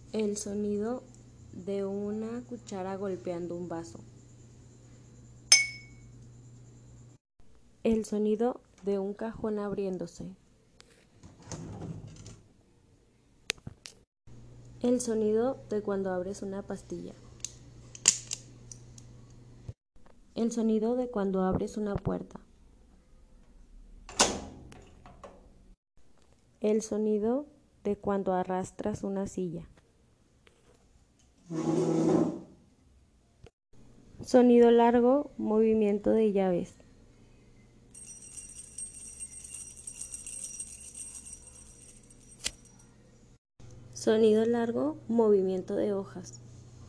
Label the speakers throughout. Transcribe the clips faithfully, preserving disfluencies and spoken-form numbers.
Speaker 1: El sonido de una cuchara golpeando un vaso. El sonido de un cajón abriéndose. El sonido de cuando abres una pastilla. El sonido de cuando abres una puerta. El sonido de cuando arrastras una silla. Sonido largo, movimiento de llaves. Sonido largo, movimiento de hojas.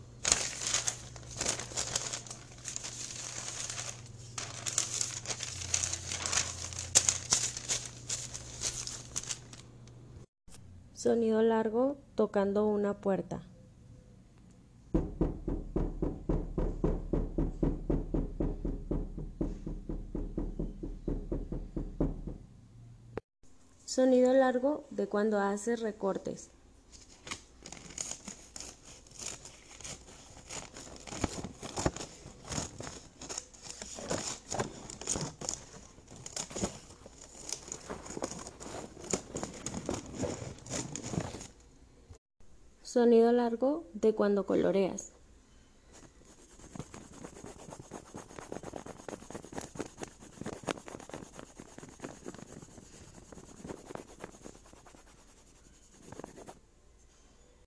Speaker 1: Sonido largo, tocando una puerta. Sonido largo de cuando haces recortes. Sonido largo de cuando coloreas.